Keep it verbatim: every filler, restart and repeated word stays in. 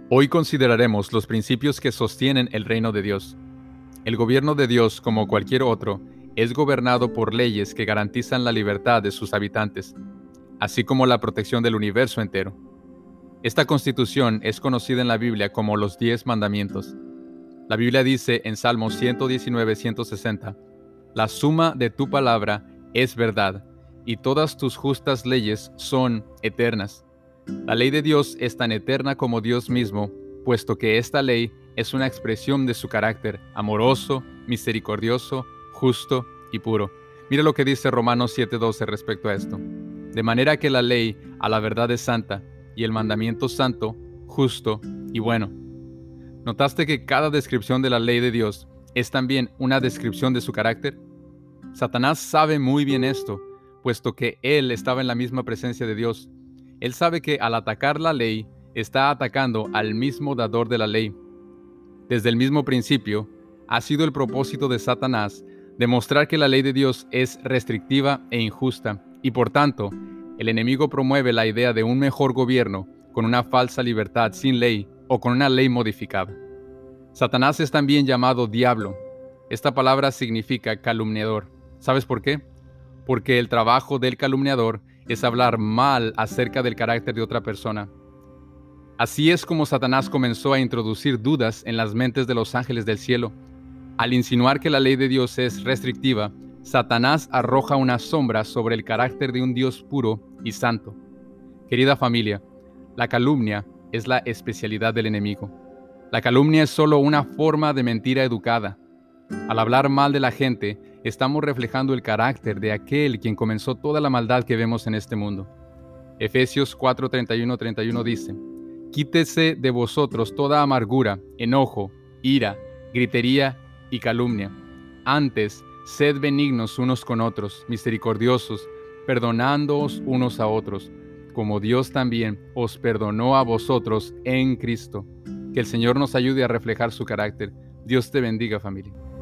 Hoy consideraremos los principios que sostienen el reino de Dios. El gobierno de Dios, como cualquier otro, es gobernado por leyes que garantizan la libertad de sus habitantes, así como la protección del universo entero. Esta constitución es conocida en la Biblia como los Diez Mandamientos. La Biblia dice en Salmos ciento diecinueve, ciento sesenta, «La suma de tu palabra es verdad, y todas tus justas leyes son eternas». La ley de Dios es tan eterna como Dios mismo, puesto que esta ley es una expresión de su carácter amoroso, misericordioso, justo y puro. Mira lo que dice Romanos siete doce respecto a esto. De manera que la ley a la verdad es santa, y el mandamiento santo, justo y bueno. ¿Notaste que cada descripción de la ley de Dios es también una descripción de su carácter? Satanás sabe muy bien esto, puesto que él estaba en la misma presencia de Dios. Él sabe que al atacar la ley, está atacando al mismo dador de la ley. Desde el mismo principio, ha sido el propósito de Satanás demostrar que la ley de Dios es restrictiva e injusta, y por tanto, el enemigo promueve la idea de un mejor gobierno con una falsa libertad sin ley o con una ley modificada. Satanás es también llamado diablo. Esta palabra significa calumniador. ¿Sabes por qué? Porque el trabajo del calumniador es hablar mal acerca del carácter de otra persona. Así es como Satanás comenzó a introducir dudas en las mentes de los ángeles del cielo. Al insinuar que la ley de Dios es restrictiva, Satanás arroja una sombra sobre el carácter de un Dios puro y santo. Querida familia, la calumnia es la especialidad del enemigo. La calumnia es solo una forma de mentira educada. Al hablar mal de la gente, estamos reflejando el carácter de aquel quien comenzó toda la maldad que vemos en este mundo. Efesios cuatro, treinta y uno, treinta y uno dice, «Quítese de vosotros toda amargura, enojo, ira, gritería y calumnia. Antes, sed benignos unos con otros, misericordiosos, perdonándoos unos a otros, como Dios también os perdonó a vosotros en Cristo». Que el Señor nos ayude a reflejar su carácter. Dios te bendiga, familia.